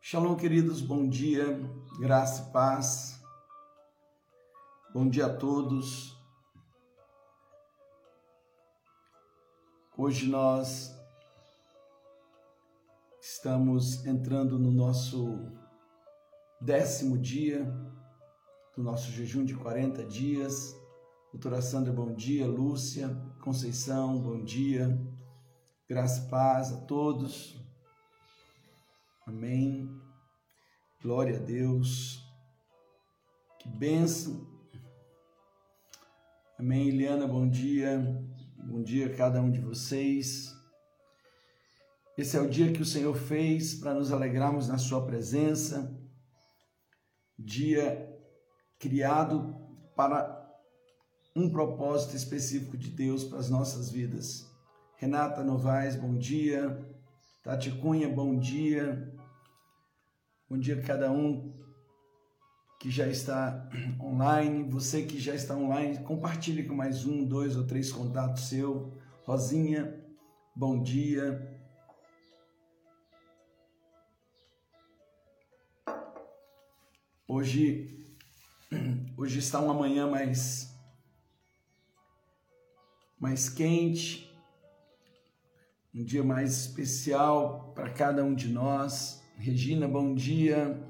Shalom, queridos, bom dia, graça e paz, bom dia a todos. Hoje nós estamos entrando no nosso 10º dia do nosso jejum de 40 dias. Doutora Sandra, bom dia. Lúcia, Conceição, bom dia. Graça e paz a todos. Amém. Glória a Deus. Que bênção. Amém. Eliana, bom dia. Bom dia a cada um de vocês. Esse é o dia que o Senhor fez para nos alegrarmos na sua presença. Dia criado para um propósito específico de Deus para as nossas vidas. Renata Novaes, bom dia. Tati Cunha, bom dia. Bom dia a cada um que já está online. Você que já está online, compartilhe com mais 1, 2 ou 3 contatos seu. Rosinha, bom dia. Hoje está uma manhã mais quente, um dia mais especial para cada um de nós. Regina, bom dia.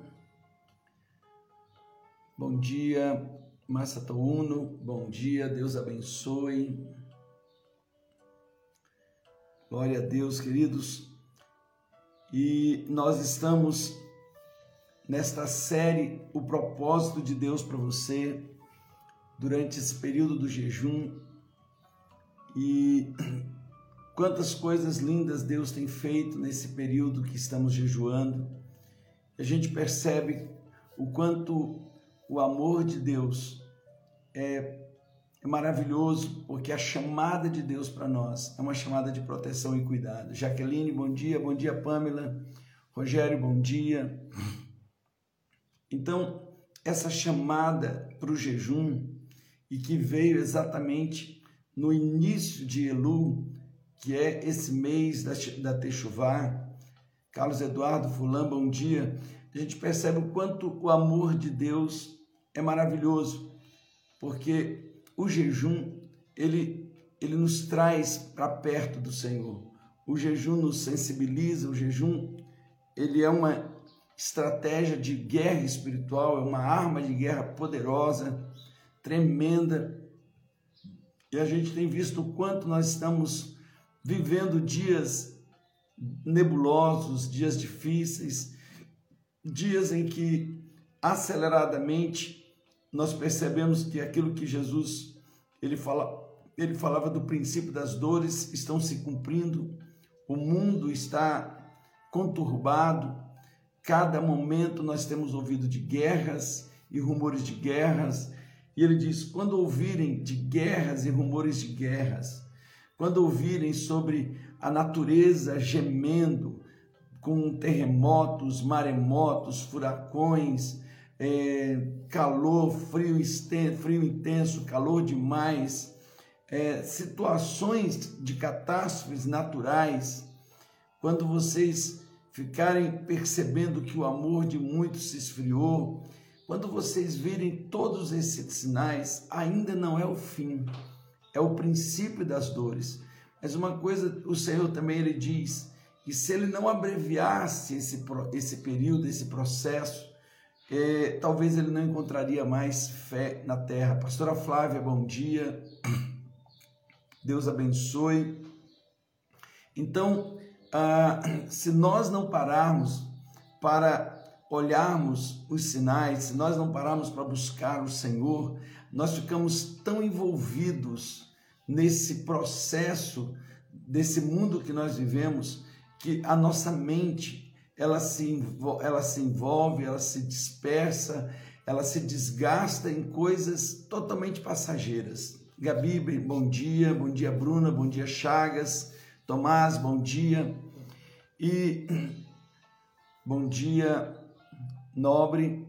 Bom dia, Massa Touno, bom dia, Deus abençoe. Glória a Deus, queridos. E nós estamos nesta série, o propósito de Deus para você, durante esse período do jejum. E quantas coisas lindas Deus tem feito nesse período que estamos jejuando. A gente percebe o quanto o amor de Deus é maravilhoso, porque a chamada de Deus para nós é uma chamada de proteção e cuidado. Jaqueline, bom dia. Bom dia, Pamela. Rogério, bom dia. Então, essa chamada para o jejum, e que veio exatamente no início de Elul, que é esse mês da Techuvá. Carlos Eduardo Fulan, bom dia. A gente percebe o quanto o amor de Deus é maravilhoso, porque o jejum, ele nos traz para perto do Senhor. O jejum nos sensibiliza, o jejum, ele é uma estratégia de guerra espiritual, é uma arma de guerra poderosa, tremenda. E a gente tem visto o quanto nós estamos vivendo dias nebulosos, dias difíceis, dias em que aceleradamente nós percebemos que aquilo que Jesus ele falava do princípio das dores estão se cumprindo. O mundo está conturbado. Cada momento nós temos ouvido de guerras e rumores de guerras. E ele diz: quando ouvirem de guerras e rumores de guerras, quando ouvirem sobre a natureza gemendo com terremotos, maremotos, furacões, calor, frio intenso, calor demais, situações de catástrofes naturais, quando vocês ficarem percebendo que o amor de muitos se esfriou, quando vocês virem todos esses sinais, ainda não é o fim, é o princípio das dores. Mas uma coisa, o Senhor também ele diz que se ele não abreviasse esse período, esse processo, talvez ele não encontraria mais fé na terra. Pastora Flávia, bom dia. Deus abençoe. Então, se nós não pararmos para olharmos os sinais, se nós não pararmos para buscar o Senhor, nós ficamos tão envolvidos nesse processo, desse mundo que nós vivemos, que a nossa mente, ela se envolve, ela se dispersa, ela se desgasta em coisas totalmente passageiras. Gabi, bom dia. Bom dia, Bruna. Bom dia, Chagas. Tomás, bom dia. E bom dia, Nobre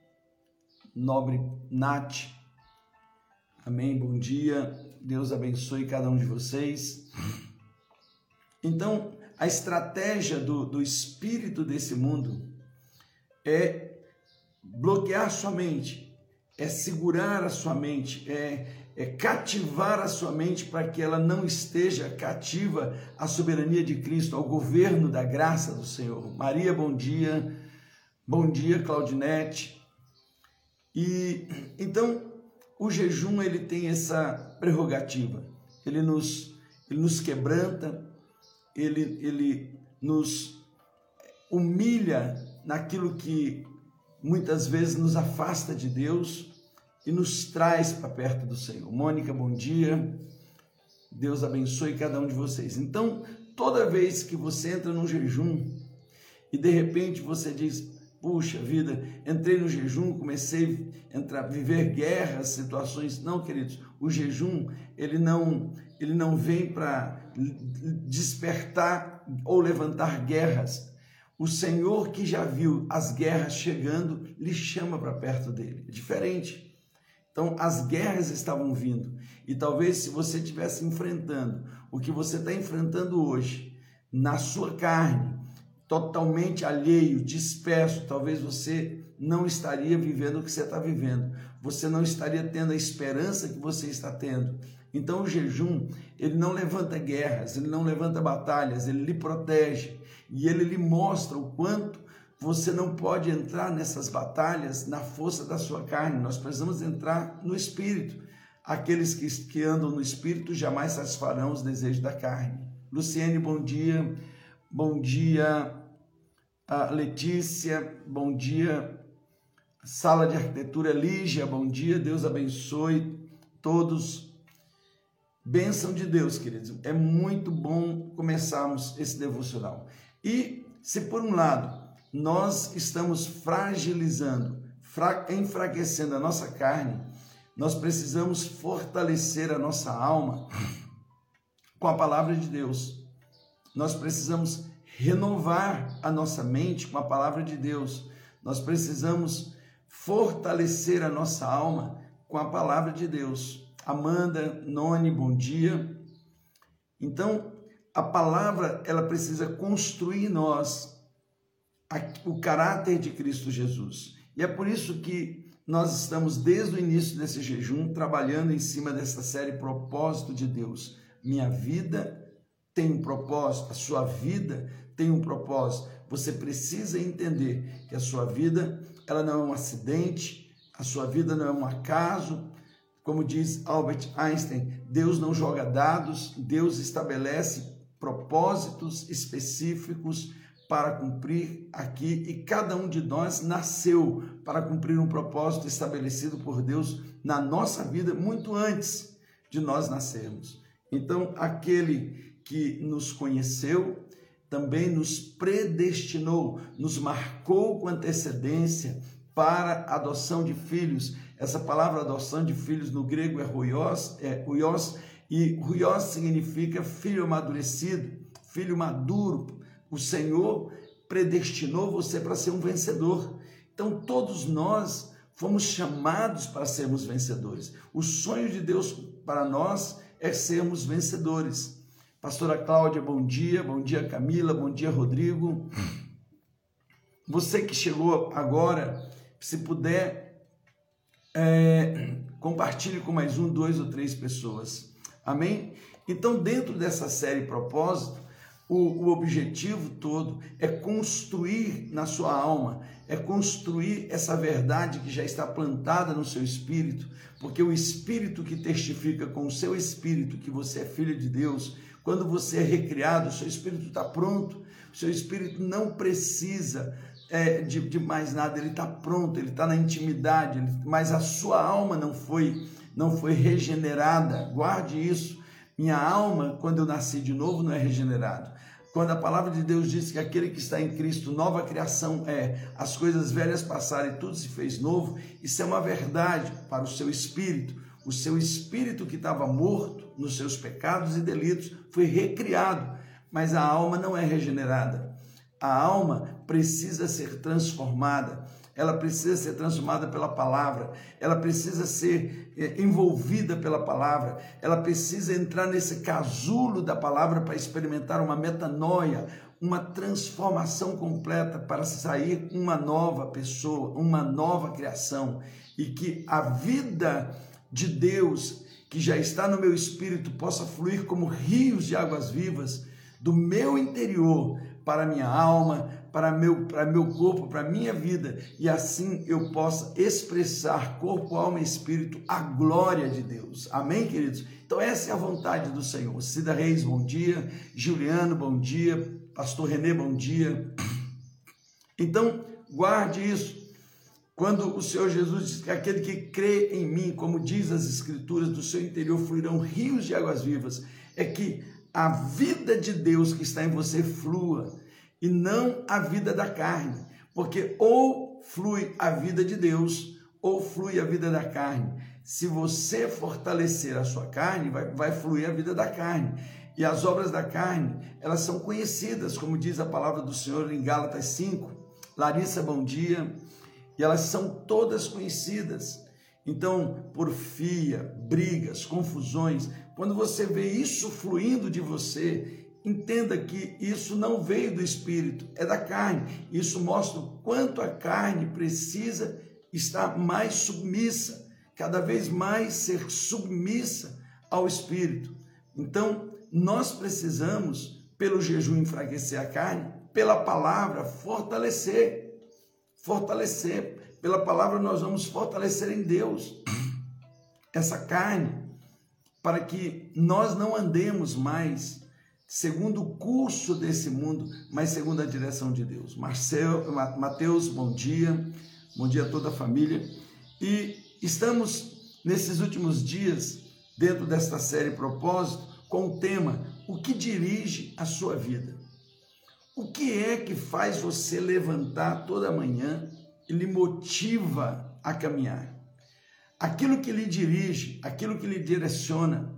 Nath. Amém, bom dia. Deus abençoe cada um de vocês. Então, a estratégia do espírito desse mundo é bloquear sua mente, é segurar a sua mente, é cativar a sua mente para que ela não esteja cativa à soberania de Cristo, ao governo da graça do Senhor. Maria, bom dia. Bom dia, Claudinete. E então o jejum ele tem essa prerrogativa. Ele nos quebranta, ele nos humilha naquilo que muitas vezes nos afasta de Deus e nos traz para perto do Senhor. Mônica, bom dia. Deus abençoe cada um de vocês. Então, toda vez que você entra num jejum e de repente você diz: puxa vida, entrei no jejum, comecei a viver guerras, situações. Não, queridos, o jejum ele não vem para despertar ou levantar guerras. O Senhor que já viu as guerras chegando, lhe chama para perto dele. É diferente. Então, as guerras estavam vindo. E talvez se você estivesse enfrentando o que você está enfrentando hoje, na sua carne, totalmente alheio, disperso, talvez você não estaria vivendo o que você está vivendo. Você não estaria tendo a esperança que você está tendo. Então, o jejum, ele não levanta guerras, ele não levanta batalhas, ele lhe protege. E ele lhe mostra o quanto você não pode entrar nessas batalhas na força da sua carne. Nós precisamos entrar no Espírito. Aqueles que andam no Espírito jamais satisfarão os desejos da carne. Luciene, bom dia. Bom dia, Letícia. Bom dia, Sala de Arquitetura Lígia. Bom dia, Deus abençoe todos. Bênção de Deus, queridos. É muito bom começarmos esse devocional. E se por um lado nós estamos fragilizando, enfraquecendo a nossa carne, nós precisamos fortalecer a nossa alma com a palavra de Deus. Nós precisamos renovar a nossa mente com a palavra de Deus. Nós precisamos fortalecer a nossa alma com a palavra de Deus. Amanda, Noni, bom dia. Então, a palavra, ela precisa construir em nós o caráter de Cristo Jesus. E é por isso que nós estamos, desde o início desse jejum, trabalhando em cima dessa série Propósito de Deus. Minha vida tem um propósito, a sua vida tem um propósito. Você precisa entender que a sua vida, ela não é um acidente, a sua vida não é um acaso. Como diz Albert Einstein, Deus não joga dados, Deus estabelece propósitos específicos para cumprir aqui, e cada um de nós nasceu para cumprir um propósito estabelecido por Deus na nossa vida muito antes de nós nascermos. Então, aquele que nos conheceu também nos predestinou, nos marcou com antecedência para a adoção de filhos. Essa palavra adoção de filhos no grego é huios, e huios significa filho amadurecido, filho maduro. O Senhor predestinou você para ser um vencedor. Então, todos nós fomos chamados para sermos vencedores. O sonho de Deus para nós é sermos vencedores. Pastora Cláudia, bom dia. Bom dia, Camila. Bom dia, Rodrigo. Você que chegou agora, se puder, compartilhe com mais 1, 2 ou 3 pessoas. Amém? Então, dentro dessa série Propósito, o objetivo todo é construir na sua alma, é construir essa verdade que já está plantada no seu espírito, porque o Espírito que testifica com o seu espírito que você é filho de Deus, quando você é recriado, o seu espírito está pronto, o seu espírito não precisa de mais nada, ele está pronto, ele está na intimidade, mas a sua alma não foi regenerada. Guarde isso. Minha alma, quando eu nasci de novo, não é regenerado. Quando a palavra de Deus diz que aquele que está em Cristo, nova criação as coisas velhas passaram e tudo se fez novo, isso é uma verdade para o seu espírito. O seu espírito que estava morto nos seus pecados e delitos foi recriado, mas a alma não é regenerada. A alma precisa ser transformada, ela precisa ser transformada pela palavra, ela precisa ser envolvida pela palavra, ela precisa entrar nesse casulo da palavra para experimentar uma metanoia, uma transformação completa para sair uma nova pessoa, uma nova criação, e que a vida de Deus que já está no meu espírito possa fluir como rios de águas vivas do meu interior para a minha alma, para meu corpo, para a minha vida, e assim eu possa expressar corpo, alma e espírito a glória de Deus. Amém, queridos? Então essa é a vontade do Senhor. Cida Reis, bom dia. Juliano, bom dia. Pastor Renê, bom dia. Então, guarde isso. Quando o Senhor Jesus diz que aquele que crê em mim, como diz as Escrituras, do seu interior fluirão rios de águas vivas, é que a vida de Deus que está em você flua, e não a vida da carne, porque ou flui a vida de Deus, ou flui a vida da carne. Se você fortalecer a sua carne, vai fluir a vida da carne. E as obras da carne, elas são conhecidas, como diz a palavra do Senhor em Gálatas 5. Larissa, bom dia. E elas são todas conhecidas. Então, porfia, brigas, confusões, quando você vê isso fluindo de você, entenda que isso não veio do Espírito, é da carne. Isso mostra o quanto a carne precisa estar mais submissa, cada vez mais ser submissa ao Espírito. Então, nós precisamos, pelo jejum, enfraquecer a carne, pela palavra, fortalecer. Pela palavra nós vamos fortalecer em Deus essa carne, para que nós não andemos mais segundo o curso desse mundo, mas segundo a direção de Deus. Mateus, bom dia a toda a família. E estamos nesses últimos dias, dentro desta série Propósito, com o tema, o que dirige a sua vida? O que é que faz você levantar toda manhã e lhe motiva a caminhar? Aquilo que lhe dirige, aquilo que lhe direciona,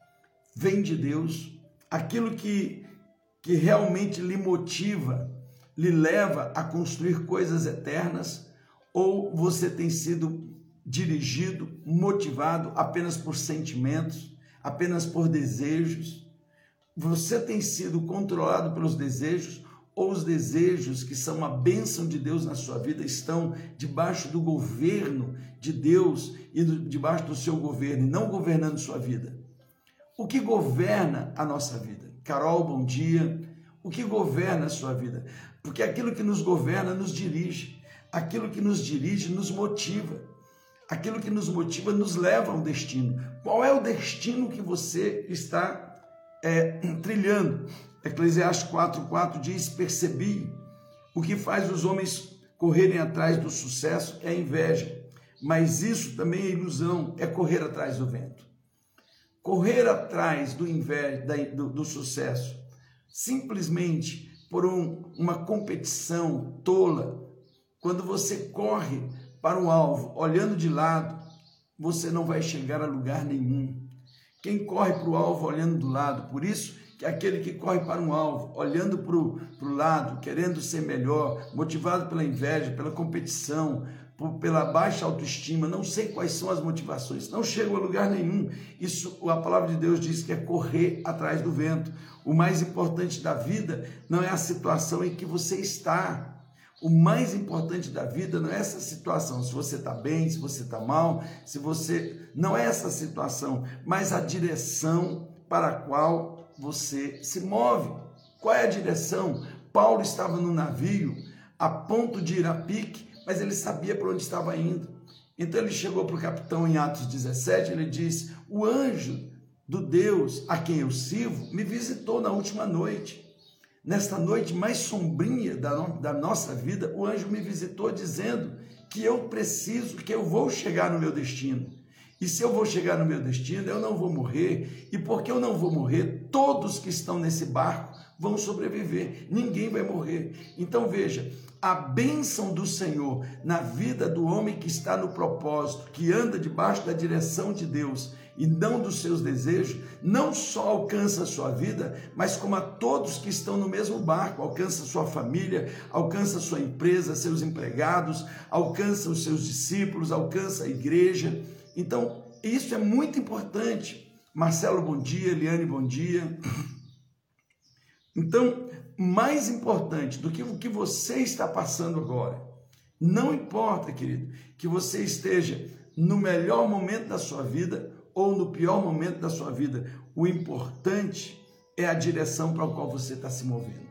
vem de Deus. Aquilo que realmente lhe motiva, lhe leva a construir coisas eternas, ou você tem sido dirigido, motivado apenas por sentimentos, apenas por desejos? Você tem sido controlado pelos desejos, ou os desejos que são uma bênção de Deus na sua vida estão debaixo do governo de Deus e debaixo do seu governo, e não governando sua vida? O que governa a nossa vida? Carol, bom dia. O que governa a sua vida? Porque aquilo que nos governa nos dirige. Aquilo que nos dirige nos motiva. Aquilo que nos motiva nos leva ao destino. Qual é o destino que você está trilhando? Eclesiastes 4:4 diz: percebi, o que faz os homens correrem atrás do sucesso é a inveja, mas isso também é ilusão, é correr atrás do vento. Correr atrás do sucesso, simplesmente por uma competição tola. Quando você corre para um alvo, olhando de lado, você não vai chegar a lugar nenhum. Quem corre para o alvo olhando do lado, por isso que aquele que corre para um alvo, olhando para o lado, querendo ser melhor, motivado pela inveja, pela competição, pela baixa autoestima, não sei quais são as motivações, não chegam a lugar nenhum. Isso, a palavra de Deus diz que é correr atrás do vento. O mais importante da vida não é a situação em que você está. O mais importante da vida não é essa situação, se você está bem, se você está mal, não é essa situação, mas a direção para a qual você se move. Qual é a direção? Paulo estava no navio a ponto de ir a pique, mas ele sabia para onde estava indo. Então ele chegou para o capitão em Atos 17, ele disse: o anjo do Deus a quem eu sirvo me visitou na última noite. Nesta noite mais sombria da nossa vida, o anjo me visitou dizendo que eu vou chegar no meu destino. E se eu vou chegar no meu destino, eu não vou morrer. E porque eu não vou morrer, todos que estão nesse barco vão sobreviver. Ninguém vai morrer. Então veja, a bênção do Senhor na vida do homem que está no propósito, que anda debaixo da direção de Deus e não dos seus desejos, não só alcança a sua vida, mas como a todos que estão no mesmo barco, alcança a sua família, alcança a sua empresa, seus empregados, alcança os seus discípulos, alcança a igreja. Então, isso é muito importante. Marcelo, bom dia. Eliane, bom dia. Então, mais importante do que o que você está passando agora, não importa, querido, que você esteja no melhor momento da sua vida ou no pior momento da sua vida, o importante é a direção para a qual você está se movendo.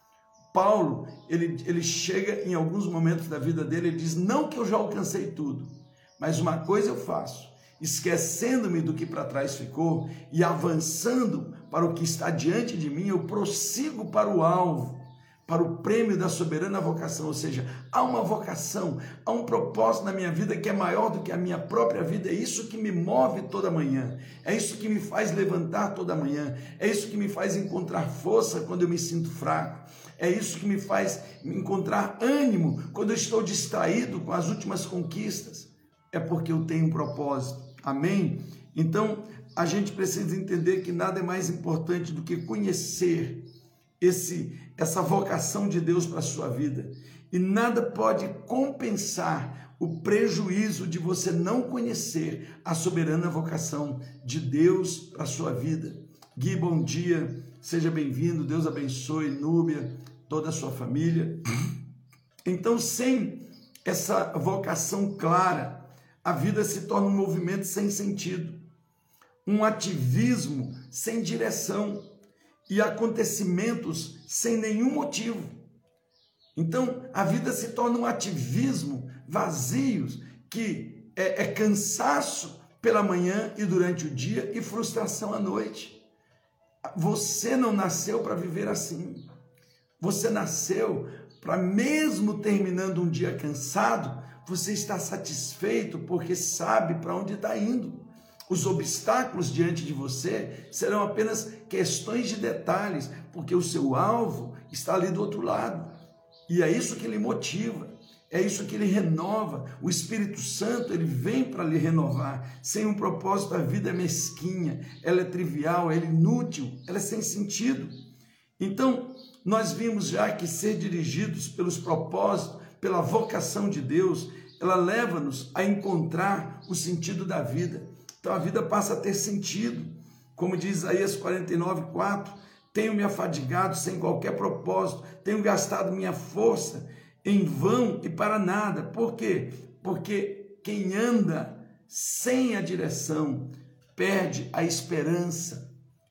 Paulo, ele chega em alguns momentos da vida dele, ele diz, não que eu já alcancei tudo, mas uma coisa eu faço, esquecendo-me do que para trás ficou e avançando para o que está diante de mim, eu prossigo para o alvo, para o prêmio da soberana vocação. Ou seja, há uma vocação, há um propósito na minha vida que é maior do que a minha própria vida. É isso que me move toda manhã, é isso que me faz levantar toda manhã, é isso que me faz encontrar força quando eu me sinto fraco, é isso que me faz encontrar ânimo quando eu estou distraído com as últimas conquistas. É porque eu tenho um propósito. Amém? Então, a gente precisa entender que nada é mais importante do que conhecer essa vocação de Deus para a sua vida. E nada pode compensar o prejuízo de você não conhecer a soberana vocação de Deus para a sua vida. Gui, bom dia, seja bem-vindo, Deus abençoe, Núbia, toda a sua família. Então, sem essa vocação clara, a vida se torna um movimento sem sentido, um ativismo sem direção e acontecimentos sem nenhum motivo. Então, a vida se torna um ativismo vazio, que é cansaço pela manhã e durante o dia e frustração à noite. Você não nasceu para viver assim. Você nasceu para, mesmo terminando um dia cansado, você está satisfeito porque sabe para onde está indo. Os obstáculos diante de você serão apenas questões de detalhes, porque o seu alvo está ali do outro lado. E é isso que lhe motiva, é isso que lhe renova. O Espírito Santo, ele vem para lhe renovar. Sem um propósito, a vida é mesquinha, ela é trivial, ela é inútil, ela é sem sentido. Então, nós vimos já que ser dirigidos pelos propósitos, pela vocação de Deus, ela leva-nos a encontrar o sentido da vida. Então a vida passa a ter sentido, como diz Isaías 49:4, tenho me afadigado sem qualquer propósito, tenho gastado minha força em vão e para nada. Por quê? Porque quem anda sem a direção perde a esperança,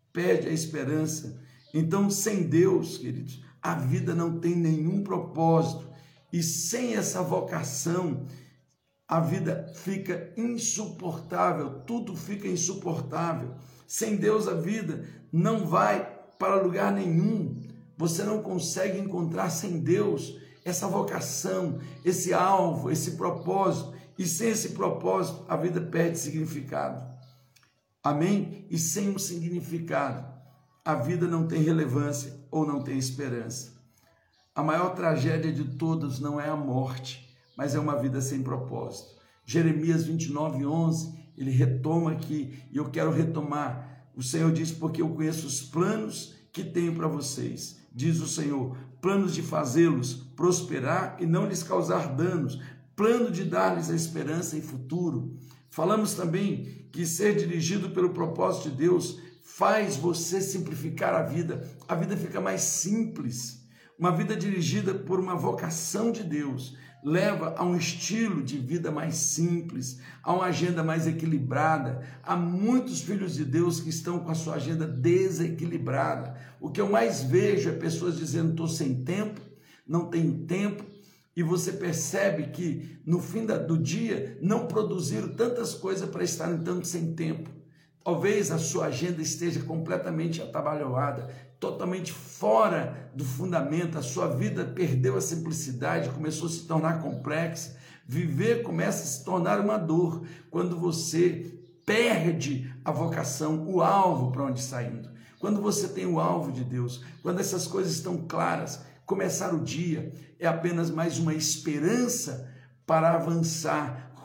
Então, sem Deus, queridos, a vida não tem nenhum propósito. E sem essa vocação, a vida fica insuportável, tudo fica insuportável. Sem Deus, a vida não vai para lugar nenhum. Você não consegue encontrar sem Deus essa vocação, esse alvo, esse propósito. E sem esse propósito, a vida perde significado. Amém? E sem um significado, a vida não tem relevância ou não tem esperança. A maior tragédia de todas não é a morte, mas é uma vida sem propósito. Jeremias 29:11, ele retoma aqui, e eu quero retomar. O Senhor diz, porque eu conheço os planos que tenho para vocês, diz o Senhor, planos de fazê-los prosperar e não lhes causar danos, plano de dar-lhes a esperança e futuro. Falamos também que ser dirigido pelo propósito de Deus faz você simplificar a vida fica mais simples. Uma vida dirigida por uma vocação de Deus leva a um estilo de vida mais simples, a uma agenda mais equilibrada. Há muitos filhos de Deus que estão com a sua agenda desequilibrada. O que eu mais vejo é pessoas dizendo, estou sem tempo, não tenho tempo, e você percebe que no fim do dia não produziram tantas coisas para estarem tanto sem tempo. Talvez a sua agenda esteja completamente atabalhoada, totalmente fora do fundamento, a sua vida perdeu a simplicidade, começou a se tornar complexa. Viver começa a se tornar uma dor quando você perde a vocação, o alvo para onde está indo. Quando você tem o alvo de Deus, quando essas coisas estão claras, começar o dia é apenas mais uma esperança para avançar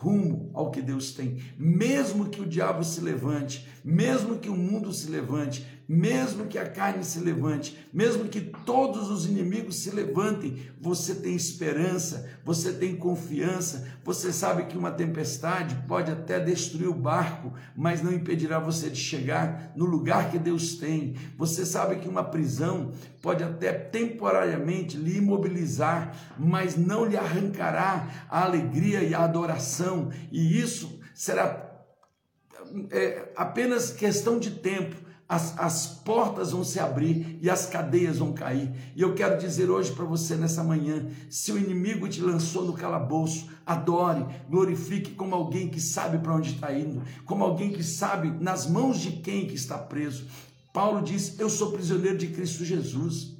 rumo ao que Deus tem. Mesmo que o diabo se levante, mesmo que o mundo se levante, mesmo que a carne se levante, mesmo que todos os inimigos se levantem, você tem esperança, você tem confiança, você sabe que uma tempestade pode até destruir o barco, mas não impedirá você de chegar no lugar que Deus tem. Você sabe que uma prisão pode até temporariamente lhe imobilizar, mas não lhe arrancará a alegria e a adoração, e isso será apenas questão de tempo. As portas vão se abrir e as cadeias vão cair. E eu quero dizer hoje para você nessa manhã, se o inimigo te lançou no calabouço, adore, glorifique como alguém que sabe para onde está indo, como alguém que sabe nas mãos de quem que está preso. Paulo diz, eu sou prisioneiro de Cristo Jesus,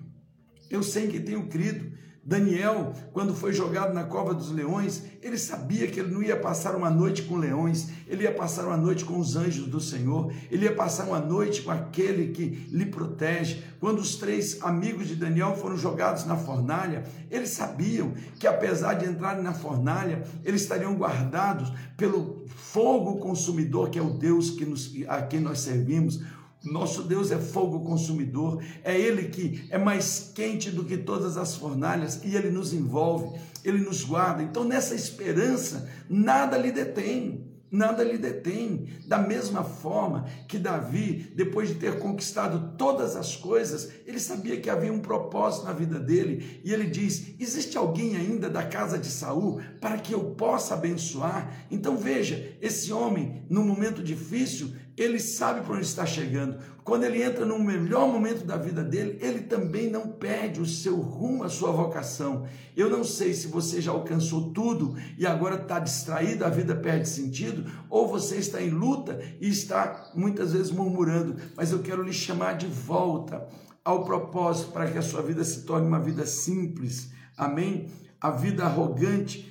eu sei em que tenho crido. Daniel, quando foi jogado na cova dos leões, ele sabia que ele não ia passar uma noite com leões, ele ia passar uma noite com os anjos do Senhor, ele ia passar uma noite com aquele que lhe protege. Quando os 3 amigos de Daniel foram jogados na fornalha, eles sabiam que apesar de entrarem na fornalha, eles estariam guardados pelo fogo consumidor, que é o Deus a quem nós servimos. Nosso Deus é fogo consumidor, é Ele que é mais quente do que todas as fornalhas e Ele nos envolve, Ele nos guarda. Então nessa esperança, nada lhe detém. Nada lhe detém. Da mesma forma que Davi, depois de ter conquistado todas as coisas, ele sabia que havia um propósito na vida dele, e ele diz, existe alguém ainda da casa de Saul para que eu possa abençoar? Então veja, esse homem, num momento difícil, ele sabe para onde está chegando. Quando ele entra no melhor momento da vida dele, ele também não perde o seu rumo, a sua vocação. Eu não sei se você já alcançou tudo e agora está distraído, a vida perde sentido, ou você está em luta e está muitas vezes murmurando, mas eu quero lhe chamar de volta ao propósito para que a sua vida se torne uma vida simples. Amém? A vida arrogante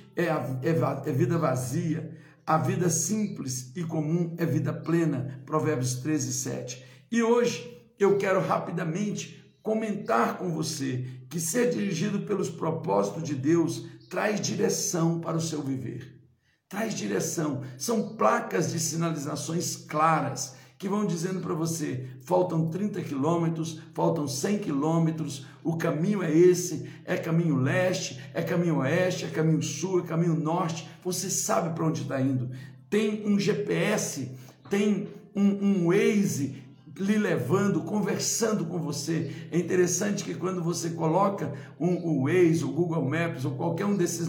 é vida vazia. A vida simples e comum é vida plena, Provérbios 13, 7. E hoje eu quero rapidamente comentar com você que ser dirigido pelos propósitos de Deus traz direção para o seu viver. Traz direção, são placas de sinalizações claras que vão dizendo para você, faltam 30 quilômetros, faltam 100 quilômetros, o caminho é esse, é caminho leste, é caminho oeste, é caminho sul, é caminho norte, você sabe para onde está indo. Tem um GPS, tem um Waze lhe levando, conversando com você. É interessante que quando você coloca o Waze, o Google Maps, ou qualquer um desses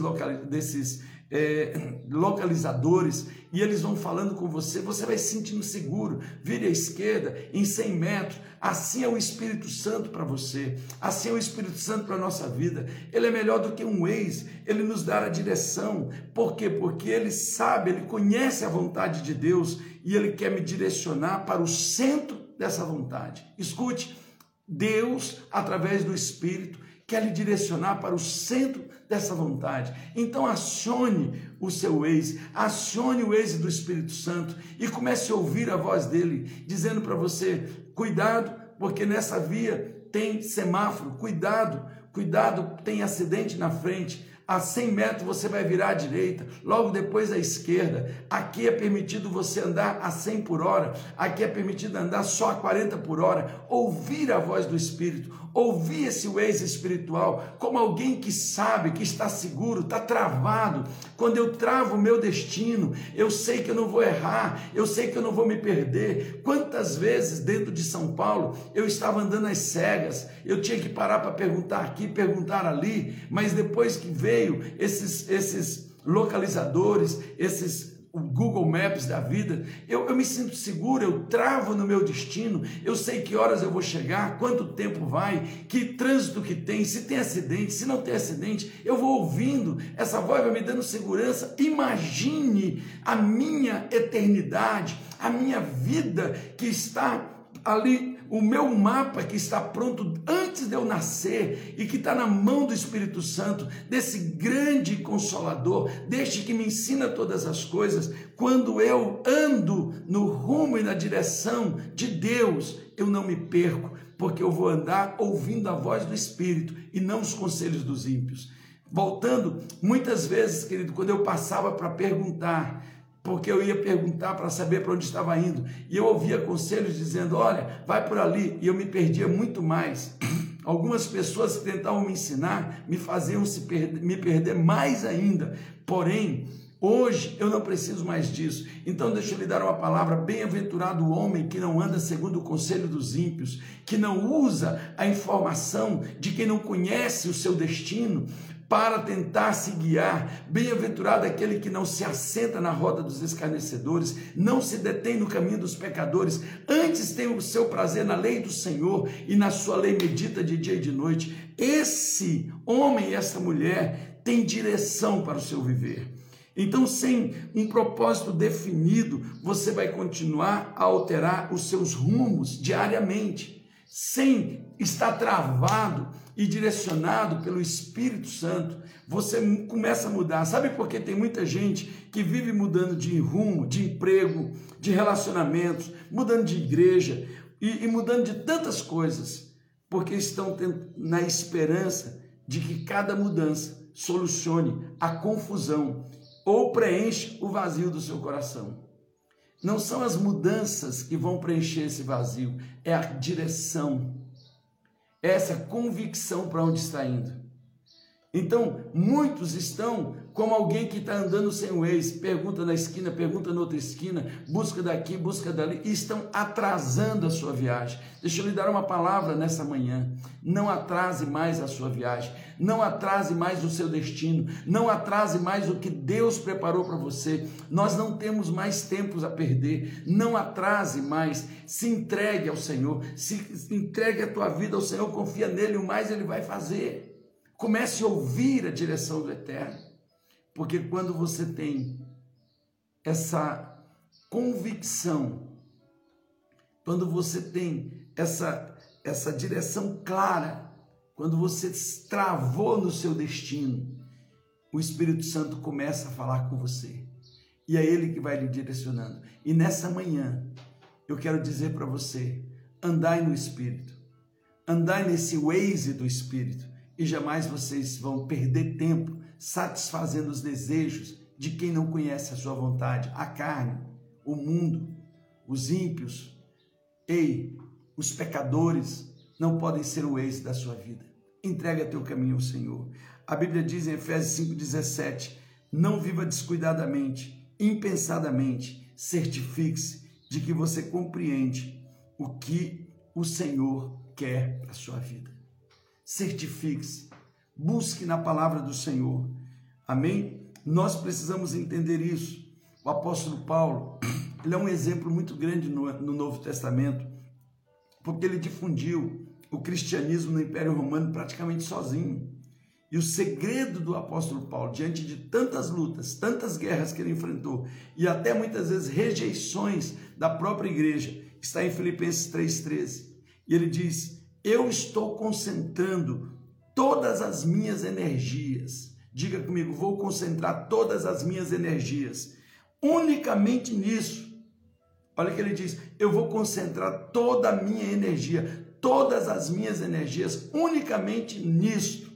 localizadores, e eles vão falando com você, você vai se sentindo seguro. Vire à esquerda em 100 metros. Assim é o Espírito Santo para você, assim é o Espírito Santo para a nossa vida. Ele é melhor do que um Waze, ele nos dá a direção. Por quê? Porque ele sabe, ele conhece a vontade de Deus e ele quer me direcionar para o centro dessa vontade. Escute, Deus, através do Espírito, quer lhe direcionar para o centro dessa vontade. Então acione o seu Waze, acione o Waze do Espírito Santo e comece a ouvir a voz dele, dizendo para você, cuidado, porque nessa via tem semáforo, cuidado, tem acidente na frente, a 100 metros você vai virar à direita, logo depois à esquerda. Aqui é permitido você andar a 100 por hora, aqui é permitido andar só a 40 por hora. Ouvir a voz do Espírito, ouvir esse Waze espiritual, como alguém que sabe, que está seguro, está travado. Quando eu travo o meu destino, eu sei que eu não vou errar, eu sei que eu não vou me perder. Quantas vezes dentro de São Paulo eu estava andando às cegas, eu tinha que parar para perguntar aqui, perguntar ali, mas depois que veio esses localizadores, esses Google Maps da vida, eu me sinto seguro, eu travo no meu destino, eu sei que horas eu vou chegar, quanto tempo vai, que trânsito que tem, se tem acidente, se não tem acidente, eu vou ouvindo, essa voz vai me dando segurança. Imagine a minha eternidade, a minha vida que está ali, o meu mapa que está pronto antes de eu nascer e que está na mão do Espírito Santo, desse grande Consolador, deste que me ensina todas as coisas. Quando eu ando no rumo e na direção de Deus, eu não me perco, porque eu vou andar ouvindo a voz do Espírito e não os conselhos dos ímpios. Voltando, muitas vezes, querido, quando eu passava para perguntar, porque eu ia perguntar para saber para onde estava indo, e eu ouvia conselhos dizendo, olha, vai por ali, e eu me perdia muito mais. Algumas pessoas que tentavam me ensinar me faziam me perder mais ainda. Porém, hoje eu não preciso mais disso. Então deixa eu lhe dar uma palavra: bem-aventurado o homem que não anda segundo o conselho dos ímpios, que não usa a informação de quem não conhece o seu destino para tentar se guiar. Bem-aventurado aquele que não se assenta na roda dos escarnecedores, não se detém no caminho dos pecadores, antes tem o seu prazer na lei do Senhor, e na sua lei medita de dia e de noite. Esse homem e essa mulher tem direção para o seu viver. Então, sem um propósito definido, você vai continuar a alterar os seus rumos diariamente, sem estar travado e direcionado pelo Espírito Santo. Você começa a mudar. Sabe por que tem muita gente que vive mudando de rumo, de emprego, de relacionamentos, mudando de igreja e mudando de tantas coisas? Porque estão na esperança de que cada mudança solucione a confusão ou preenche o vazio do seu coração. Não são as mudanças que vão preencher esse vazio, é a direção, é essa convicção para onde está indo. Então, muitos estão como alguém que está andando sem o Waze, pergunta na esquina, pergunta na outra esquina, busca daqui, busca dali, e estão atrasando a sua viagem. Deixa eu lhe dar uma palavra nessa manhã: não atrase mais a sua viagem, não atrase mais o seu destino, não atrase mais o que Deus preparou para você. Nós não temos mais tempos a perder, não atrase mais, se entregue ao Senhor, se entregue a tua vida ao Senhor, confia nele, o mais ele vai fazer. Comece a ouvir a direção do Eterno, porque quando você tem essa convicção, quando você tem essa direção clara, quando você travou no seu destino, o Espírito Santo começa a falar com você, e é Ele que vai lhe direcionando. E nessa manhã, eu quero dizer para você: andai no Espírito, andai nesse Waze do Espírito, e jamais vocês vão perder tempo satisfazendo os desejos de quem não conhece a sua vontade, a carne, o mundo, os ímpios. Ei, os pecadores não podem ser o Waze da sua vida. Entrega teu caminho ao Senhor. A Bíblia diz em Efésios 5,17: não viva descuidadamente, impensadamente, certifique-se de que você compreende o que o Senhor quer para a sua vida. Certifique-se, busque na palavra do Senhor, amém? Nós precisamos entender isso. O apóstolo Paulo, ele é um exemplo muito grande no Novo Testamento, porque ele difundiu o cristianismo no Império Romano praticamente sozinho. E o segredo do apóstolo Paulo, diante de tantas lutas, tantas guerras que ele enfrentou, e até muitas vezes rejeições da própria igreja, está em Filipenses 3,13. E ele diz: eu estou concentrando todas as minhas energias. Diga comigo: vou concentrar todas as minhas energias unicamente nisso. Olha o que ele diz: eu vou concentrar toda a minha energia, todas as minhas energias unicamente nisto.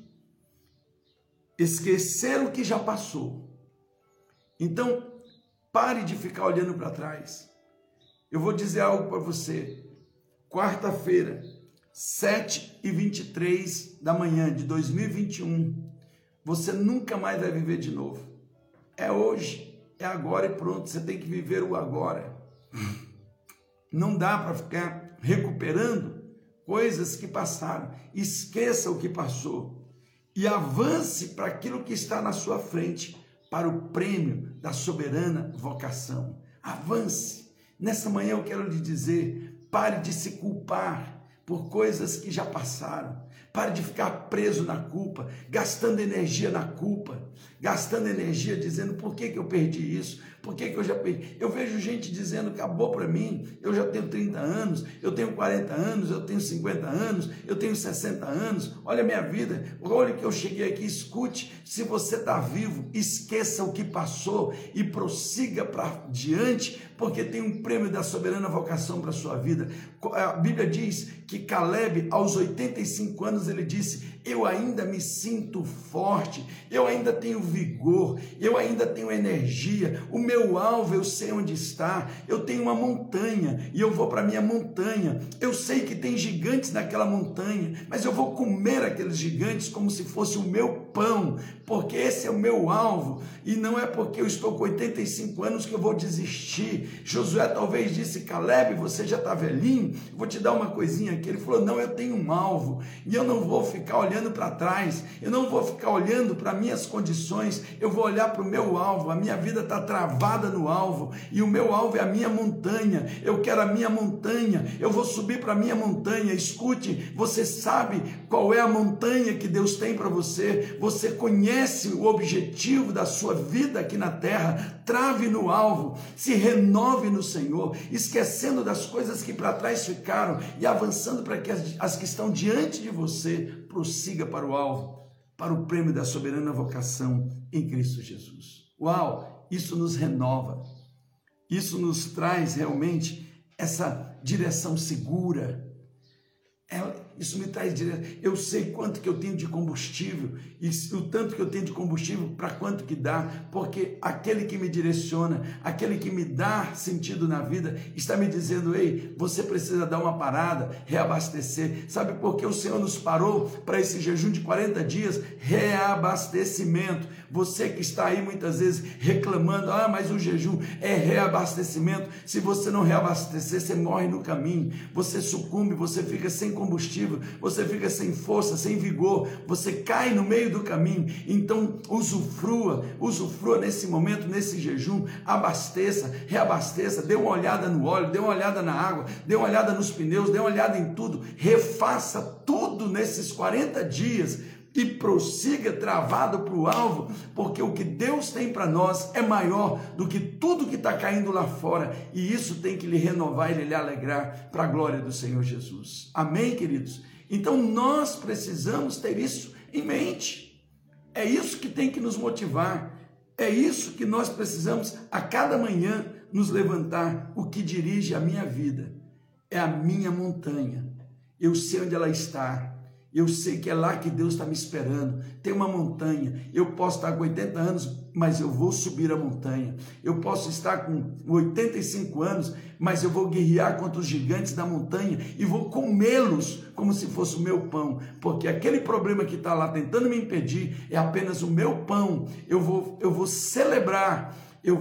Esquecer o que já passou. Então, pare de ficar olhando para trás. Eu vou dizer algo para você. Quarta-feira, 7h23 da manhã de 2021, você nunca mais vai viver de novo. É hoje, é agora e pronto. Você tem que viver o agora. Não dá para ficar recuperando coisas que passaram. Esqueça o que passou e avance para aquilo que está na sua frente, para o prêmio da soberana vocação. Avance. Nessa manhã eu quero lhe dizer: pare de se culpar por coisas que já passaram. Pare de ficar preso na culpa, gastando energia na culpa, gastando energia dizendo: por que eu perdi isso? Por que eu já perdi? Eu vejo gente dizendo, acabou para mim, eu já tenho 30 anos, eu tenho 40 anos, eu tenho 50 anos, eu tenho 60 anos, olha a minha vida, olha que eu cheguei aqui, escute, se você está vivo, esqueça o que passou e prossiga para diante, porque tem um prêmio da soberana vocação para a sua vida. A Bíblia diz que Caleb, aos 85 anos, ele disse, eu ainda me sinto forte, eu ainda tenho vigor, eu ainda tenho energia, o meu alvo eu sei onde está, eu tenho uma montanha e eu vou para a minha montanha, eu sei que tem gigantes naquela montanha, mas eu vou comer aqueles gigantes como se fosse o meu pão, porque esse é o meu alvo, e não é porque eu estou com 85 anos que eu vou desistir. Josué talvez disse, Caleb, você já está velhinho, vou te dar uma coisinha aqui. Ele falou, não, eu tenho um alvo, e eu não vou ficar olhando para trás, eu não vou ficar olhando para minhas condições, eu vou olhar para o meu alvo. A minha vida está travada no alvo, e o meu alvo é a minha montanha, eu quero a minha montanha, eu vou subir para a minha montanha. Escute, você sabe qual é a montanha que Deus tem para você, você conhece o objetivo da sua vida aqui na terra, trave no alvo, se renove no Senhor, esquecendo das coisas que para trás ficaram e avançando para que as que estão diante de você, prossiga para o alvo, para o prêmio da soberana vocação em Cristo Jesus. Uau, isso nos renova, isso nos traz realmente essa direção segura. Isso me traz direto. Eu sei quanto que eu tenho de combustível e o tanto que eu tenho de combustível para quanto que dá, porque aquele que me direciona, aquele que me dá sentido na vida, está me dizendo, ei, você precisa dar uma parada, reabastecer. Sabe por que o Senhor nos parou para esse jejum de 40 dias? Reabastecimento. Você que está aí muitas vezes reclamando, mas o jejum é reabastecimento. Se você não reabastecer, você morre no caminho, você sucumbe, você fica sem combustível, você fica sem força, sem vigor, você cai no meio do caminho. Então usufrua nesse momento, nesse jejum, abasteça, reabasteça, dê uma olhada no óleo, dê uma olhada na água, dê uma olhada nos pneus, dê uma olhada em tudo, refaça tudo nesses 40 dias e prossiga travado para o alvo, porque o que Deus tem para nós é maior do que tudo que está caindo lá fora, e isso tem que lhe renovar e lhe alegrar para a glória do Senhor Jesus. Amém, queridos? Então nós precisamos ter isso em mente, é isso que tem que nos motivar, é isso que nós precisamos a cada manhã nos levantar. O que dirige a minha vida é a minha montanha, eu sei onde ela está, eu sei que é lá que Deus está me esperando. Tem uma montanha, eu posso estar com 80 anos, mas eu vou subir a montanha. Eu posso estar com 85 anos, mas eu vou guerrear contra os gigantes da montanha e vou comê-los como se fosse o meu pão, porque aquele problema que está lá tentando me impedir é apenas o meu pão. Eu vou celebrar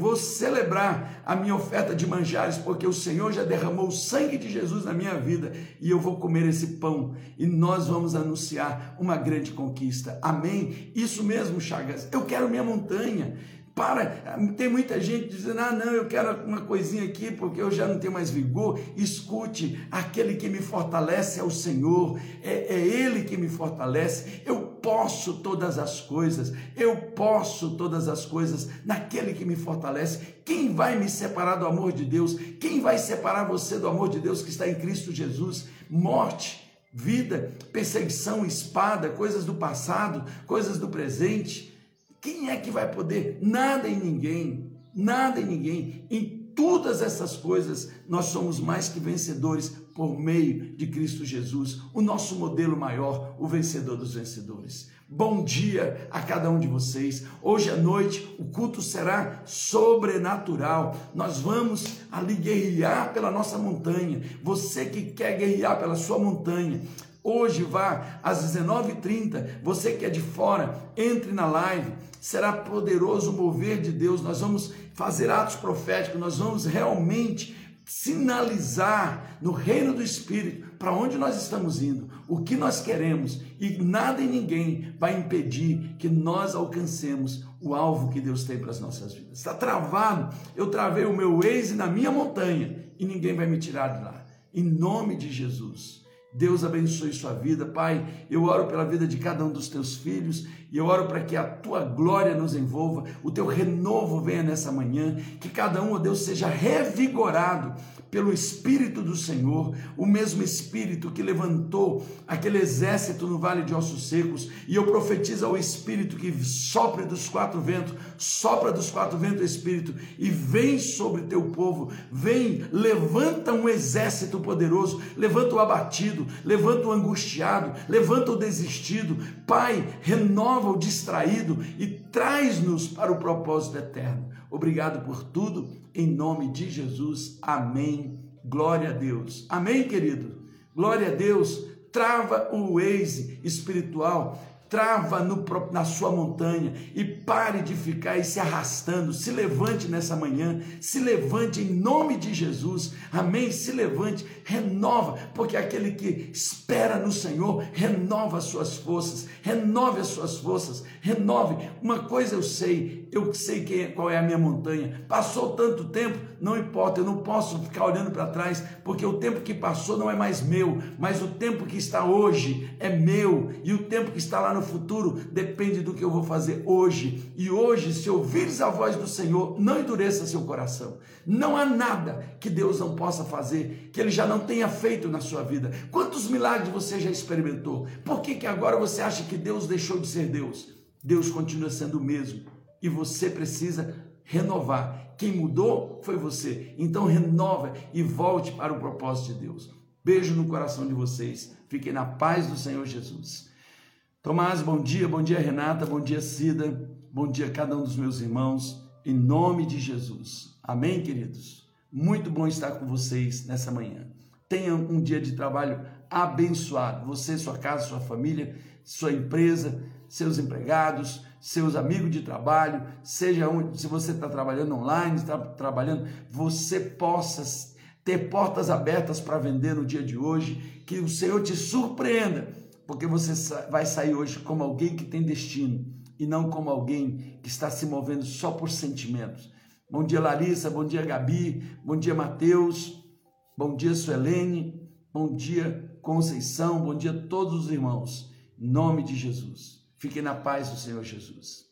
a minha oferta de manjares, porque o Senhor já derramou o sangue de Jesus na minha vida, e eu vou comer esse pão, e nós vamos anunciar uma grande conquista. Amém? Isso mesmo, Chagas, eu quero minha montanha. Tem muita gente dizendo, não, eu quero uma coisinha aqui, porque eu já não tenho mais vigor. Escute, aquele que me fortalece é o Senhor, é Ele que me fortalece. Eu posso todas as coisas naquele que me fortalece. Quem vai me separar do amor de Deus? Quem vai separar você do amor de Deus que está em Cristo Jesus? Morte, vida, perseguição, espada, coisas do passado, coisas do presente. Quem é que vai poder? Nada e ninguém. Em todas essas coisas, nós somos mais que vencedores por meio de Cristo Jesus, o nosso modelo maior, o vencedor dos vencedores. Bom dia a cada um de vocês. Hoje à noite o culto será sobrenatural. Nós vamos ali guerrear pela nossa montanha. Você que quer guerrear pela sua montanha, hoje vá às 19h30, você que é de fora, entre na live, será poderoso o mover de Deus. Nós vamos fazer atos proféticos, nós vamos realmente sinalizar no reino do Espírito para onde nós estamos indo, o que nós queremos, e nada e ninguém vai impedir que nós alcancemos o alvo que Deus tem para as nossas vidas. Está travado, eu travei o meu Waze na minha montanha e ninguém vai me tirar de lá, em nome de Jesus. Deus abençoe sua vida, Pai. Eu oro pela vida de cada um dos teus filhos e eu oro para que a tua glória nos envolva, o teu renovo venha nessa manhã, que cada um, ó Deus, seja revigorado pelo Espírito do Senhor, o mesmo Espírito que levantou aquele exército no Vale de Ossos Secos, e eu profetizo ao Espírito que sopra dos quatro ventos Espírito, e vem sobre o teu povo, vem, levanta um exército poderoso, levanta o abatido, levanta o angustiado, levanta o desistido, Pai, renova o distraído e traz-nos para o propósito eterno. Obrigado por tudo, em nome de Jesus, amém, glória a Deus, amém, querido, glória a Deus. Trava o Waze espiritual, trava na sua montanha e pare de ficar aí se arrastando. Se levante nessa manhã, se levante em nome de Jesus, amém, se levante, renova, porque aquele que espera no Senhor, renova as suas forças, renove as suas forças, renove. Uma coisa eu sei qual é a minha montanha, passou tanto tempo, não importa, eu não posso ficar olhando para trás, porque o tempo que passou não é mais meu, mas o tempo que está hoje é meu, e o tempo que está lá no futuro depende do que eu vou fazer hoje. E hoje, se ouvires a voz do Senhor, não endureça seu coração. Não há nada que Deus não possa fazer, que Ele já não tenha feito na sua vida. Quantos milagres você já experimentou? Por que agora você acha que Deus deixou de ser Deus? Deus continua sendo o mesmo, e você precisa renovar. Quem mudou foi você, então renova e volte para o propósito de Deus. Beijo no coração de vocês, fiquem na paz do Senhor Jesus. Tomás, bom dia Renata, bom dia Cida, bom dia a cada um dos meus irmãos, em nome de Jesus, amém, queridos? Muito bom estar com vocês nessa manhã. Tenha um dia de trabalho abençoado, você, sua casa, sua família, sua empresa, seus empregados, seus amigos de trabalho, seja onde, se você está trabalhando online, está trabalhando, você possa ter portas abertas para vender no dia de hoje, que o Senhor te surpreenda, porque você vai sair hoje como alguém que tem destino, e não como alguém que está se movendo só por sentimentos. Bom dia Larissa, bom dia Gabi, bom dia Mateus, bom dia Suelene, bom dia Conceição, bom dia a todos os irmãos, em nome de Jesus. Fiquem na paz do Senhor Jesus.